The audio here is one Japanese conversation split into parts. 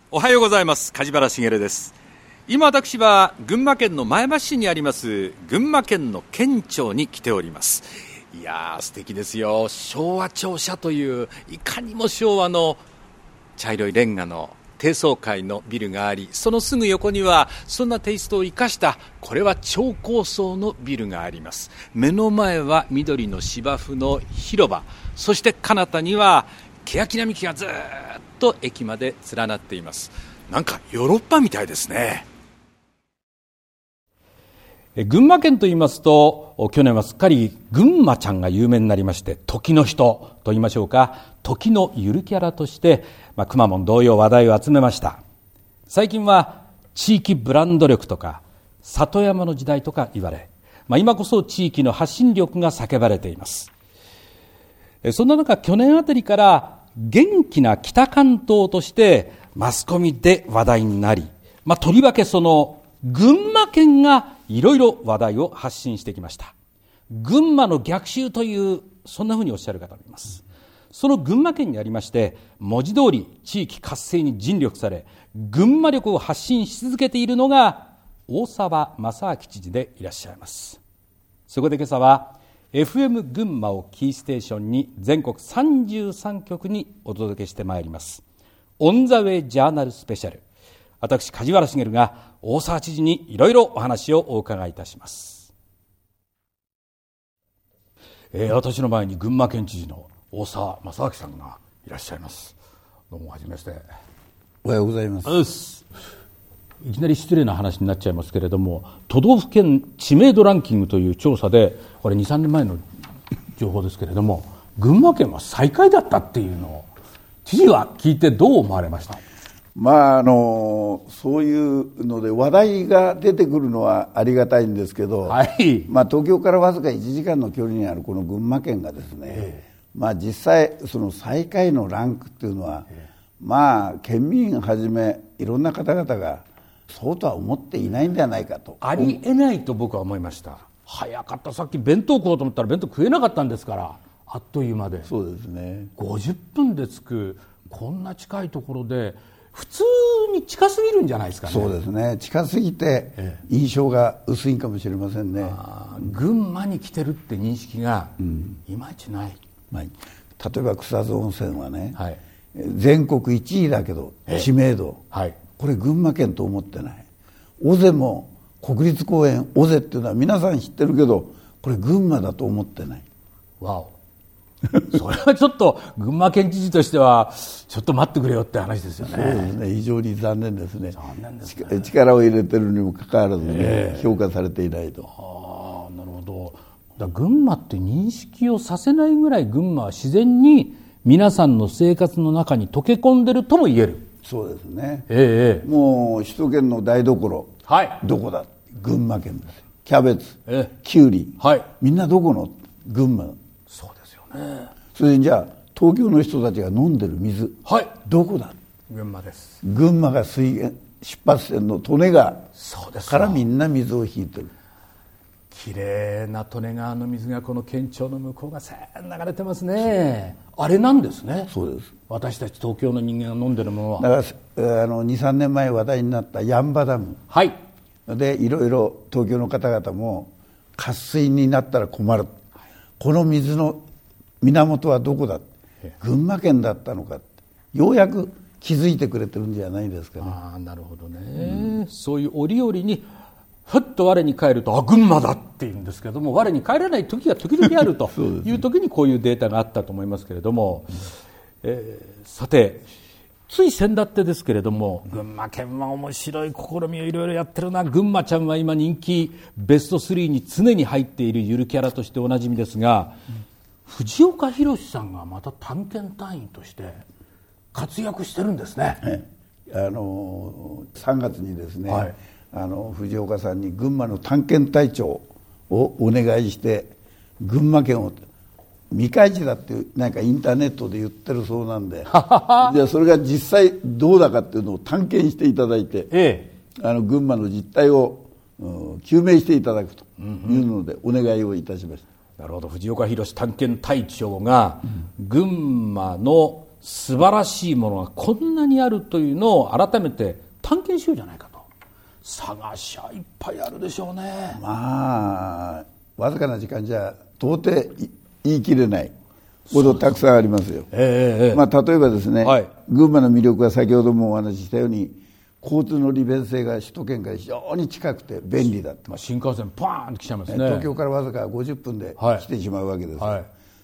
おはようございます。梶原茂です。今私は群馬県の前橋市にあります群馬県の県庁に来ております。いやー素敵ですよ。昭和庁舎といういかにも昭和の茶色いレンガの低層階のビルがあり、そのすぐ横にはそんなテイストを生かしたこれは超高層のビルがあります。目の前は緑の芝生の広場、そして彼方には欅並木がずっと駅まで連なっています。なんかヨーロッパみたいですね。群馬県と言いますと、去年はすっかり群馬ちゃんが有名になりまして、時の人と言いましょうか、時のゆるキャラとして、くまモン同様話題を集めました。最近は地域ブランド力とか里山の時代とか言われ、今こそ地域の発信力が叫ばれています。そんな中、去年あたりから元気な北関東としてマスコミで話題になり、とりわけその群馬県がいろいろ話題を発信してきました。群馬の逆襲という、そんなふうにおっしゃる方がいます。その群馬県にありまして、文字通り地域活性に尽力され、群馬力を発信し続けているのが大沢正明知事でいらっしゃいます。そこで今朝はFM 群馬をキーステーションに全国33局にお届けしてまいりますオンザウェイジャーナルスペシャル。私梶原茂が大沢知事にいろいろお話をお伺いいたします。私の前に群馬県知事の大沢正明さんがいらっしゃいます。どうもはじめまして。 おはようございます。 いきなり失礼な話になっちゃいますけれども、都道府県知名度ランキングという調査で、これ 2,3 年前の情報ですけれども、群馬県は最下位だったっていうのを知事は聞いてどう思われました？ そういうので話題が出てくるのはありがたいんですけど、 はい、 東京からわずか1時間の距離にあるこの群馬県がですね、実際その最下位のランクっていうのは、県民はじめいろんな方々がそうとは思っていないんじゃないかと。 ありえないと僕は思いました。早かった。さっき弁当食おうと思ったら弁当食えなかったんですから、あっという間で。 そうですね。 50分で着く、こんな近いところで普通に近すぎるんじゃないですかね。 そうですね。近すぎて印象が薄いかもしれませんね。 群馬に来てるって認識がいまいちない。 例えば草津温泉はね、全国1位だけど知名度、これ群馬県と思ってない。尾瀬も国立公園尾瀬っていうのは皆さん知ってるけど、これ群馬だと思ってない。 わおそれはちょっと群馬県知事としてはちょっと待ってくれよって話ですよね。 そうですね。非常に残念ですね。 残念ですね。 力を入れてるにもかかわらずね、評価されていないと。 なるほど。群馬って認識をさせないぐらい群馬は自然に皆さんの生活の中に溶け込んでるとも言える。 そうですね。もう首都圏の台所、どこだ？群馬県です。キャベツ、キュウリ、みんなどこの？群馬。 そうですよね。 それにじゃあ東京の人たちが飲んでる水、どこだ？ 群馬です。 群馬が水源、出発点の利根川からみんな水を引いてる。 きれいな利根川の水がこの県庁の向こうが流れてますね。あれなんですね。 そうです。 私たち東京の人間が飲んでるものは。 だから2、3年前話題になった八ッ場ダム、でいろいろ東京の方々も渇水になったら困る、この水の源はどこだ、群馬県だったのか、ようやく気づいてくれてるんじゃないですかね。 なるほどね。そういう折々にふっと我に返ると群馬だって言うんですけども、我に返らない時が時々あるという時にこういうデータがあったと思いますけれども、さてつい先だってですけれども、群馬県は面白い試みをいろいろやってるな。群馬ちゃんは今人気ベスト3に常に入っているゆるキャラとしておなじみですが、藤岡弘さんがまた探検隊員として活躍してるんですね。 3月にですね、藤岡さんに群馬の探検隊長をお願いして、群馬県を未開示だってなんかインターネットで言ってるそうなんでじゃあそれが実際どうだかっていうのを探検していただいて、群馬の実態を究明していただくというのでお願いをいたしました。 なるほど。藤岡弘探検隊長が群馬の素晴らしいものがこんなにあるというのを改めて探検しようじゃないかと。探しゃいっぱいあるでしょうね。 まあわずかな時間じゃ到底言い切れないほどたくさんありますよ。まあ、例えばですね、はい、群馬の魅力は先ほどもお話ししたように交通の利便性が首都圏から非常に近くて便利だって、 新幹線パーンと来ちゃいますね。 東京からわずか50分で来てしまうわけです、はいはい、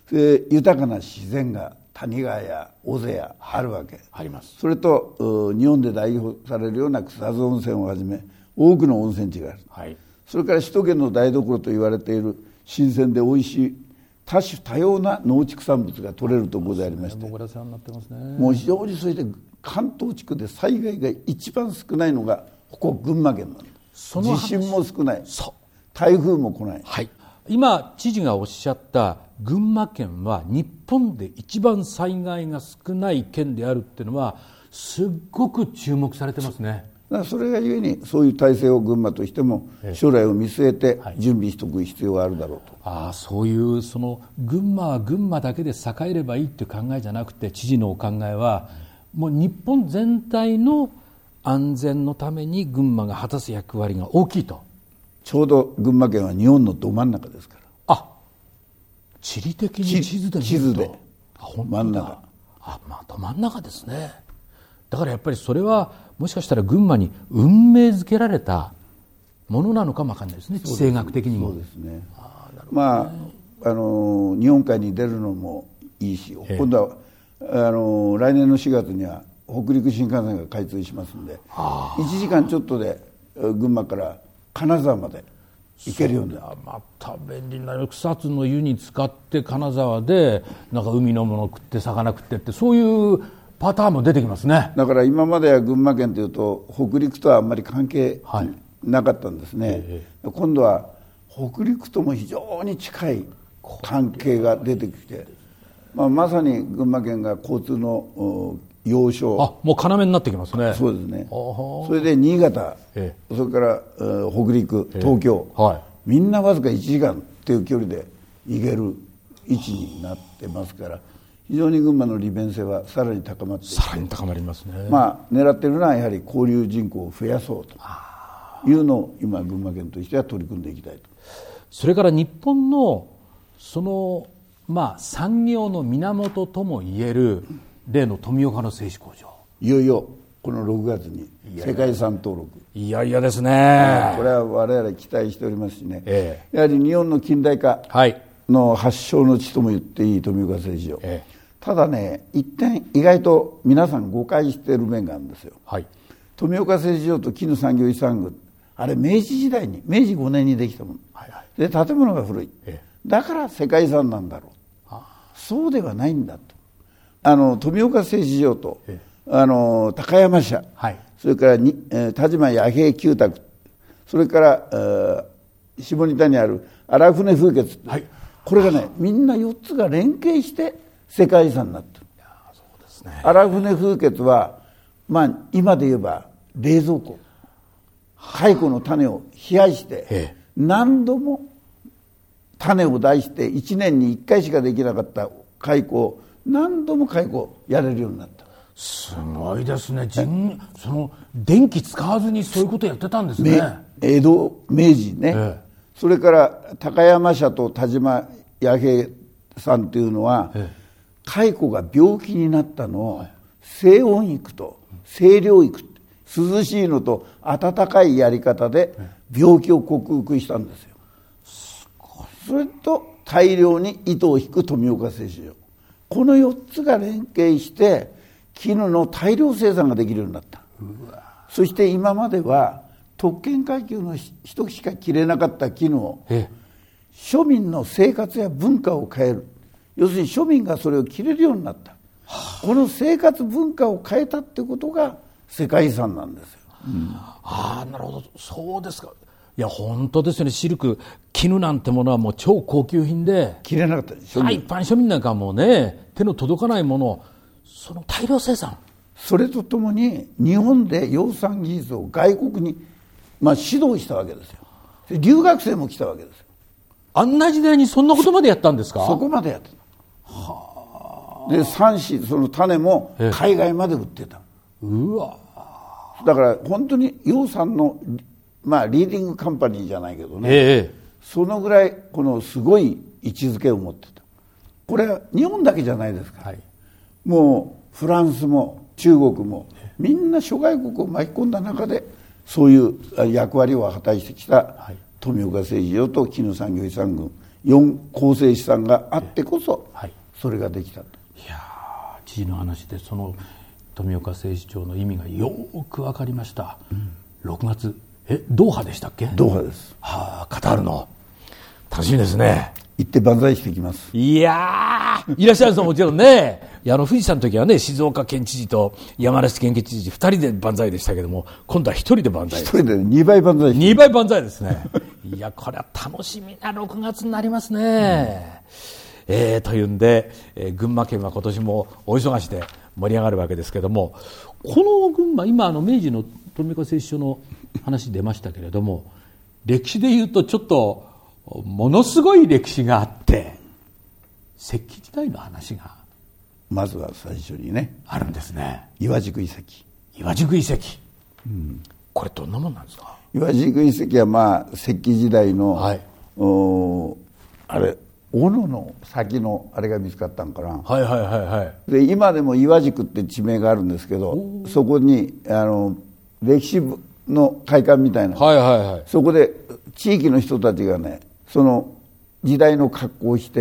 で豊かな自然が谷川や尾瀬やあるわけ、 あります。 それと日本で代表されるような草津温泉をはじめ多くの温泉地がある、はい、それから首都圏の台所と言われている新鮮で美味しい多種多様な農畜産物が取れるところでありまして、 僕ら世話になってますね。 もう非常にそれで関東地区で災害が一番少ないのがここ群馬県なんです。地震も少ない、台風も来ない、 はい、今知事がおっしゃった群馬県は日本で一番災害が少ない県であるっていうのはすっごく注目されてますね。 だからそれがゆえにそういう体制を群馬としても将来を見据えて準備しておく必要があるだろうと、 そういうその群馬は群馬だけで栄えればいいっていう考えじゃなくて、知事のお考えはもう日本全体の安全のために群馬が果たす役割が大きいと。 ちょうど群馬県は日本のど真ん中ですから。 地理的に地図で見ると地図で真ん中、ど真ん中ですね。だからやっぱりそれはもしかしたら群馬に運命づけられたものなのかもわかんないですね。地政学的にも。 そうですね。まあ日本海に出るのもいいし、今度は来年の4月には北陸新幹線が開通しますので、1時間ちょっとで群馬から金沢まで行けるようになる。 また便利な草津の湯に使って金沢でなんか海のもの食って魚食ってって、そういうパターンも出てきますね。 だから今までは群馬県というと北陸とはあんまり関係なかったんですね、今度は北陸とも非常に近い関係が出てきて、まさに群馬県が交通の要衝、 もう要になってきますね。 そうですね。それで新潟、それから北陸、東京、みんなわずか1時間という距離で行ける位置になってますから、非常に群馬の利便性はさらに高まっていて、 さらに高まりますね。 狙っているのはやはり交流人口を増やそうというのを今群馬県としては取り組んでいきたいと。 それから日本のその産業の源ともいえる例の富岡の製紙工場、 いよいよこの6月に世界遺産登録、 いやいやですね。 これは我々期待しておりますしね、やはり日本の近代化の発祥の地とも言っていい富岡製紙場、ただね、一点意外と皆さん誤解している面があるんですよ、富岡製紙場と絹産業遺産群、あれ明治時代に明治5年にできたもの、で建物が古い、だから世界遺産なんだろう、そうではないんだと。富岡製紙場と高山社、それから田島弥平旧宅、それから下仁田にある荒船風穴、これがねみんな4つが連携して世界遺産になってる。 そうですね。 荒船風穴は、今で言えば冷蔵庫、蚕の種を冷やして何度も種を出して1年に1回しかできなかった蚕を何度も蚕をやれるようになった。 すごいですね。その電気使わずにそういうことやってたんですね。 江戸明治ね、それから高山社と田島弥平さんというのは、蚕が病気になったのを静温育と清涼育、涼しいのと暖かいやり方で病気を克服したんですよ。それと大量に糸を引く富岡製紙場、この4つが連携して絹の大量生産ができるようになった。そして今までは特権階級の人しか着れなかった絹を庶民の生活や文化を変える、要するに庶民がそれを着れるようになった、この生活文化を変えたってことが世界遺産なんですよ。 なるほど、そうですか。いや本当ですよね。シルク、絹なんてものはもう超高級品で着れなかったでしょ。 一般庶民なんかはもうね、手の届かないものをその大量生産、 それとともに日本で養蚕技術を外国に、指導したわけですよ。留学生も来たわけですよ。 あんな時代にそんなことまでやったんですか。 そこまでやってた。 で蚕糸その種も海外まで売ってた。 うわ。 だから本当に楊さんの、まあ、リーディングカンパニーじゃないけどね、そのぐらいこのすごい位置づけを持ってた。これは日本だけじゃないですか、はい、もうフランスも中国もみんな諸外国を巻き込んだ中でそういう役割を果たしてきた富岡製糸場と絹産業遺産群4構成資産があってこそそれができたと。 いや知事の話でその富岡製糸場の意味がよく分かりました、6月ドーハでしたっけ。 ドーハです。 カタールの楽しみですね。 行って万歳してきます。 いやーいらっしゃるんですもちろんね。富士山の時はね静岡県知事と山梨県知事2人で万歳でしたけども今度は1人で万歳です。 1人で2倍万歳して 2倍万歳ですねいやこれは楽しみな6月になりますね、というんで、群馬県は今年も大忙しで盛り上がるわけですけどもこの群馬今明治の富岡製糸場の話出ましたけれども歴史でいうとちょっとものすごい歴史があって石器時代の話がまずは最初にねあるんですね。 岩宿遺跡。 岩宿遺跡、これどんなもんなんですか。 岩宿遺跡はまあ石器時代の、 はい、 あれ斧の先のあれが見つかったんかな。 はいはいはいはい。 で今でも岩宿って地名があるんですけどそこに歴史部の会館みたいな、 はいはいはい、 そこで地域の人たちがねその時代の格好をして、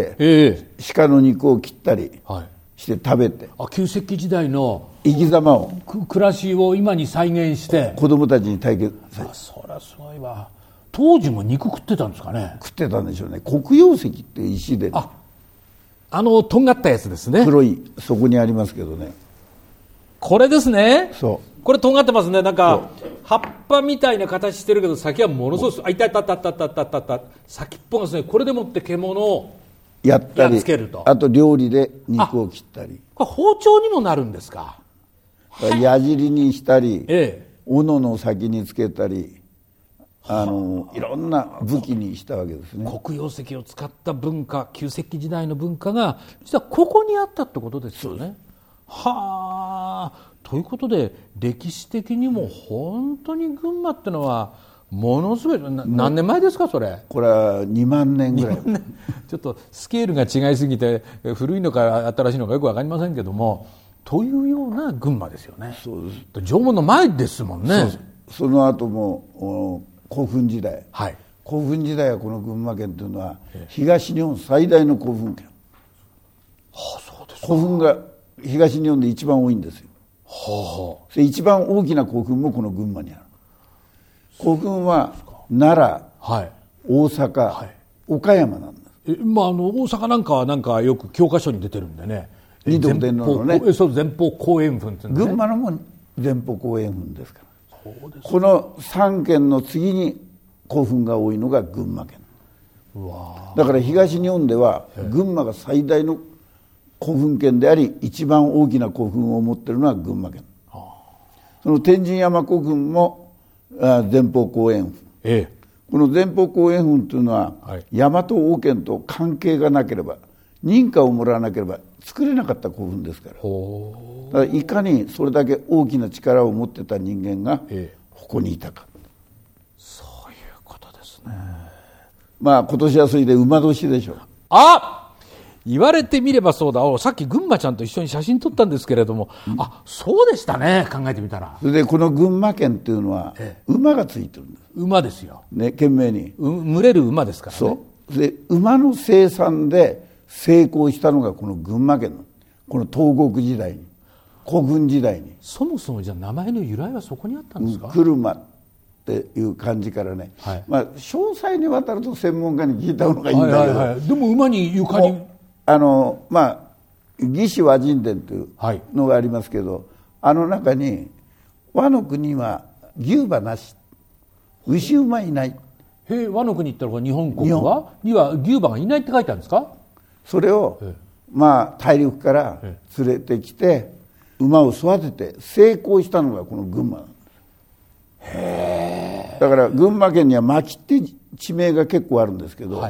鹿の肉を切ったりして食べて、 旧石器時代の生き様を暮らしを今に再現して子供たちに体験。 そりゃすごいわ。当時も肉食ってたんですかね。 食ってたんでしょうね。黒曜石って石で、ね、 とんがったやつですね。 黒いそこにありますけどね。 これですね。 そうこれとんがってますね。なんか葉っぱみたいな形してるけど先はものすごいいた先っぽがですねこれでもって獣をやったりつけるとあと料理で肉を切ったりこれ包丁にもなるんですか。 矢尻にしたり、斧の先につけたりいろんな武器にしたわけですね。 黒曜石を使った文化旧石器時代の文化が実はここにあったってことですよね。はあ。ということで歴史的にも本当に群馬ってのはものすごい何年前ですかそれ。 これは2万年ぐらいちょっとスケールが違いすぎて古いのか新しいのかよく分かりませんけどもというような群馬ですよね。 そうです。 縄文の前ですもんね。 その後も古墳時代、 はい、 古墳時代はこの群馬県というのは東日本最大の古墳県、 そうですか。 古墳が東日本で一番多いんですよ。で一番大きな古墳もこの群馬にある。古墳は奈良、 はい、 大阪、はい、岡山なんです。 大阪なんかはなんかよく教科書に出てるんでね。 二度天皇のね。 そう前方後円墳っていうのね。 群馬のも前方後円墳ですから。 そうです。 この3県の次に古墳が多いのが群馬県。だから東日本では群馬が最大の古墳県であり一番大きな古墳を持っているのは群馬県。その天神山古墳も前方後円墳、この前方後円墳というのは、大和王権と関係がなければ認可をもらわなければ作れなかった古墳ですから。だからいかにそれだけ大きな力を持ってた人間がここにいたか、 そういうことですね。 まあ今年はそれで馬年でしょう。 言われてみればそうだ。さっき群馬ちゃんと一緒に写真撮ったんですけれども、そうでしたね。考えてみたら。 それでこの群馬県っていうのは馬がついてるんです。 馬ですよ。 ね、県名に。 群れる馬ですからね。 そう。で馬の生産で成功したのがこの群馬県のこの東国時代に古墳時代に。 そもそもじゃあ名前の由来はそこにあったんですか。 車っていう感じからね、まあ詳細にわたると専門家に聞いた方がいいんだけど、 でも馬にゆかりまあ魏志倭人伝というのがありますけど、中に倭の国は牛馬なし、牛馬いない。 倭の国ってのは日本国には牛馬がいないって書いてあるんですか。それをまあ大陸から連れてきて馬を育てて成功したのがこの群馬なんです。だから群馬県には牧って地名が結構あるんですけど、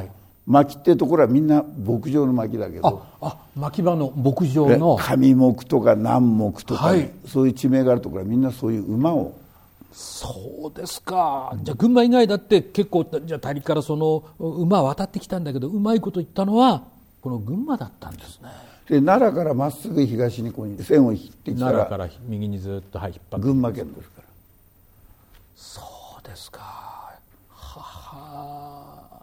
薪っていうところはみんな牧場の薪だけど、 牧場の牧場の上木とか南木とか、そういう地名があるところはみんなそういう馬を。 そうですか。じゃあ群馬以外だって結構、じゃあ大陸からその馬渡ってきたんだけど、うまいこと言ったのはこの群馬だったんですね。 で奈良からまっすぐ東にこう線を引ってきたら、 奈良から右にずっと引っ張って群馬県ですから。 そうですか。はは。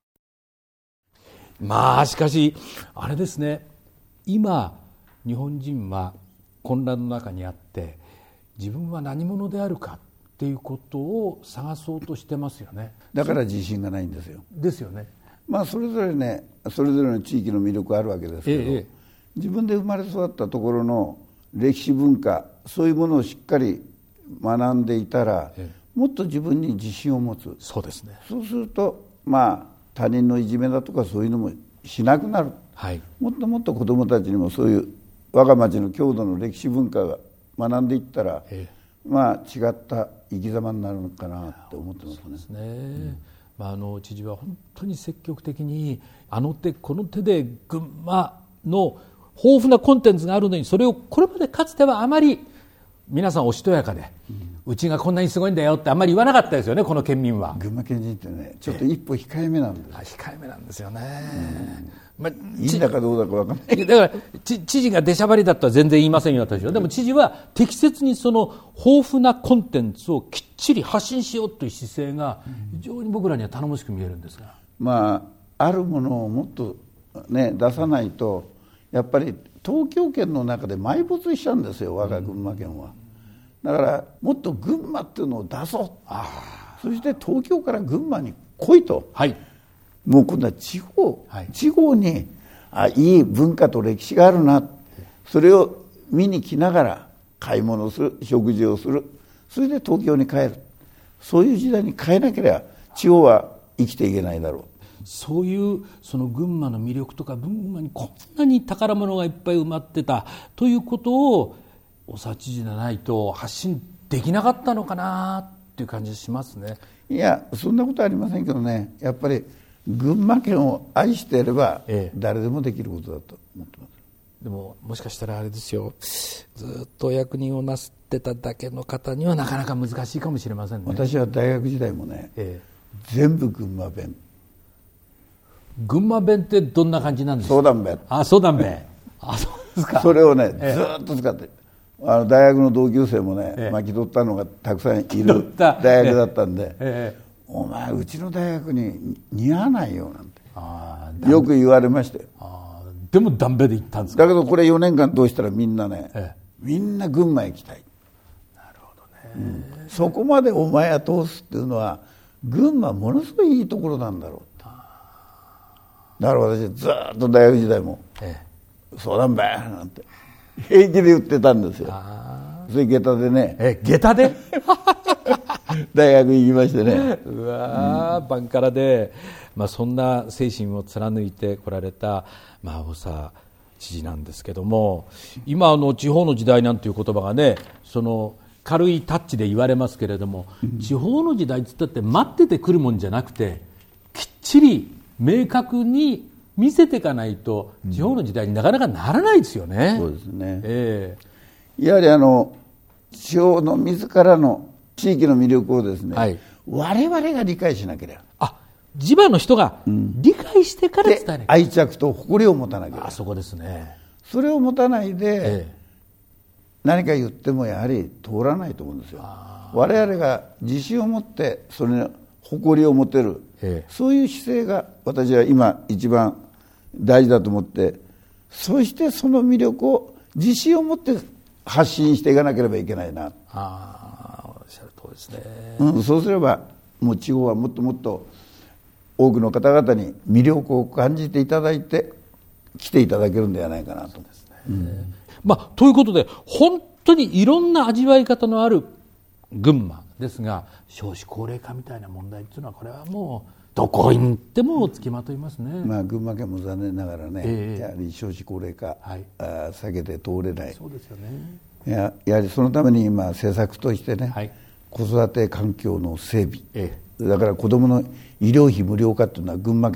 まあしかしあれですね、今日本人は混乱の中にあって自分は何者であるかっていうことを探そうとしてますよね。 だから自信がないんですよ。 ですよね。 まあそれぞれね、それぞれの地域の魅力あるわけですけど、自分で生まれ育ったところの歴史文化、そういうものをしっかり学んでいたら、もっと自分に自信を持つ。 そうですね。 そうするとまあ他人のいじめだとかそういうのもしなくなる、もっともっと子どもたちにもそういう我が町の郷土の歴史文化が学んでいったら、まあ違った生き様になるのかなって思ってますね。そうですね。知事は本当に積極的にあの手この手で群馬の豊富なコンテンツがあるのに、それをこれまでかつてはあまり皆さんおしとやかで、うちがこんなにすごいんだよってあんまり言わなかったですよね、この県民は。 群馬県人ってね、ちょっと一歩控えめなんです。 控えめなんですよね。 いいんだかどうだか分かんない。 だから知事が出しゃばりだったら全然言いませんよ、私は。でも知事は適切にその豊富なコンテンツをきっちり発信しようという姿勢が非常に僕らには頼もしく見えるんですが、 まああるものをもっとね出さないと、やっぱり東京圏の中で埋没しちゃうんですよ、我が群馬県は。だからもっと群馬っていうのを出そう、そして東京から群馬に来いと、もう今度は地方にいい文化と歴史があるな、それを見に来ながら買い物をする、食事をする、それで東京に帰る、そういう時代に変えなければ地方は生きていけないだろう。 そういうその群馬の魅力とか、群馬にこんなに宝物がいっぱい埋まってたということを大沢知事でないと発信できなかったのかなっていう感じがしますね。 いや、そんなことはありませんけどね、やっぱり群馬県を愛していれば誰でもできることだと思ってます。 でももしかしたらあれですよ、ずっとお役人をなすってただけの方にはなかなか難しいかもしれませんね。 私は大学時代もね、全部群馬弁。 群馬弁ってどんな感じなんですか？ 相談弁。 相談弁。そうですか。 それをね、ずっと使って、大学の同級生もね、巻き取ったのがたくさんいる大学だったんで、お前うちの大学に似合わないよなんてよく言われましたよ。 でもダンベで行ったんですか？ だけどこれ4年間どうしたらみんなね、みんな群馬へ行きたい。 なるほどね。 そこまでお前は通すっていうのは群馬ものすごいいいところなんだろう。だから私ずっと大学時代も相談べなんて平気で言ってたんですよ。それ下駄でね。 下駄で大学行きましてね。 うわ、バンカラで、そんな精神を貫いてこられた、大沢知事なんですけども、今地方の時代なんていう言葉がね、その軽いタッチで言われますけれども、地方の時代って言ったって待っててくるもんじゃなくて、きっちり明確に見せていかないと地方の時代になかなかならないですよね。 そうですね。やはり地方の自らの地域の魅力をですね、我々が理解しなければ、 地場の人が理解してから伝えない、 愛着と誇りを持たなければ。 そこですね。 それを持たないで、何か言ってもやはり通らないと思うんですよ。我々が自信を持ってそれに誇りを持てる、そういう姿勢が私は今一番大事だと思って、そしてその魅力を自信を持って発信していかなければいけないな。 おっしゃる通りですね。 そうすればもう地方はもっともっと多くの方々に魅力を感じていただいて来ていただけるんではないかなと。 ということで本当にいろんな味わい方のある群馬ですが、少子高齢化みたいな問題っていうのはこれはもうどこに行ってもつきまといますね。 群馬県も残念ながらね、やはり少子高齢化、避けて通れない。 そうですよね。 やはりそのために今政策としてね、子育て環境の整備、だから子どもの医療費無料化というのは群馬県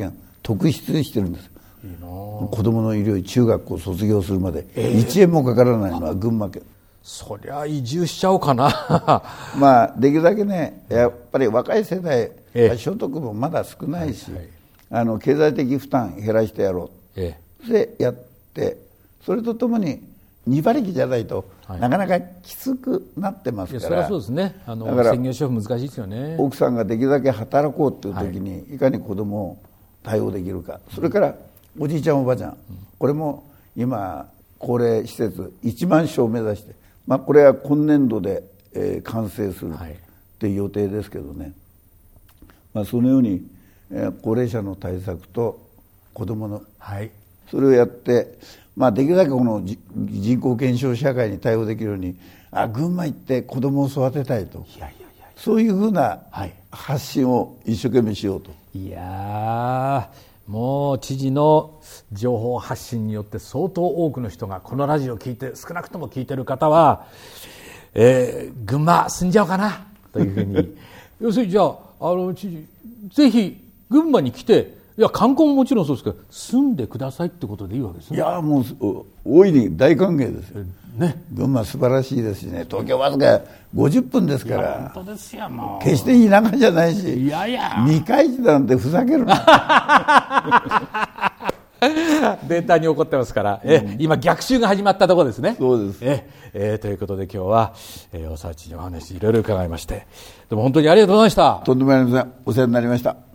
特筆してるんです。いいな。子供の医療中学校卒業するまで1円もかからないのは群馬県。 そりゃ移住しちゃおうかなまあできるだけね、やっぱり若い世代、所得もまだ少ないし、経済的負担減らしてやろう、でやって、それとともに2馬力じゃないと、なかなかきつくなってますから。 それはそうですね。だから専業主婦難しいですよね。 奥さんができるだけ働こうっていう時に、いかに子供を対応できるか、それからおじいちゃんおばあちゃん、これも今高齢施設1万床を目指して、これは今年度で、完成するっていう予定ですけどね、そのように、高齢者の対策と子どもの、それをやって、できるだけこの人口減少社会に対応できるように、群馬行って子どもを育てたいと、そういうふうな発信を一生懸命しようと。 いやもう知事の情報発信によって相当多くの人がこのラジオを聞いて、少なくとも聞いてる方は、群馬住んじゃおうかなというふうに要するにじゃあ、知事ぜひ群馬に来て、いや観光ももちろんそうですけど住んでくださいってことでいいわけですね。 いやもう大いに大歓迎ですよ、群馬素晴らしいですしね、東京わずか50分ですから。 本当ですよ、もう決して田舎じゃないし、未開示なんてふざけるなデータに起こってますから、今逆襲が始まったところですね。 そうです。 ということで今日は、大沢知事のお話いろいろ伺いまして、どうも本当にありがとうございました。 とんでもありません。お世話になりました。